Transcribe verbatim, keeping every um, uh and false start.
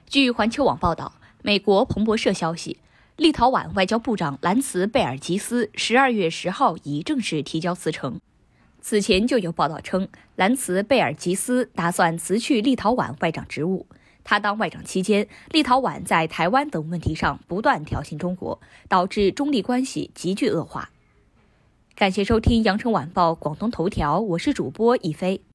据环球网报道，美国彭博社消息，立陶宛外交部长兰茨贝尔吉斯十二月十号已正式提交辞呈。此前就有报道称，兰茨贝尔吉斯打算辞去立陶宛外长职务。他当外长期间，立陶宛在台湾等问题上不断挑衅中国，导致中立关系急剧恶化。感谢收听羊城晚报广东头条，我是主播一飞。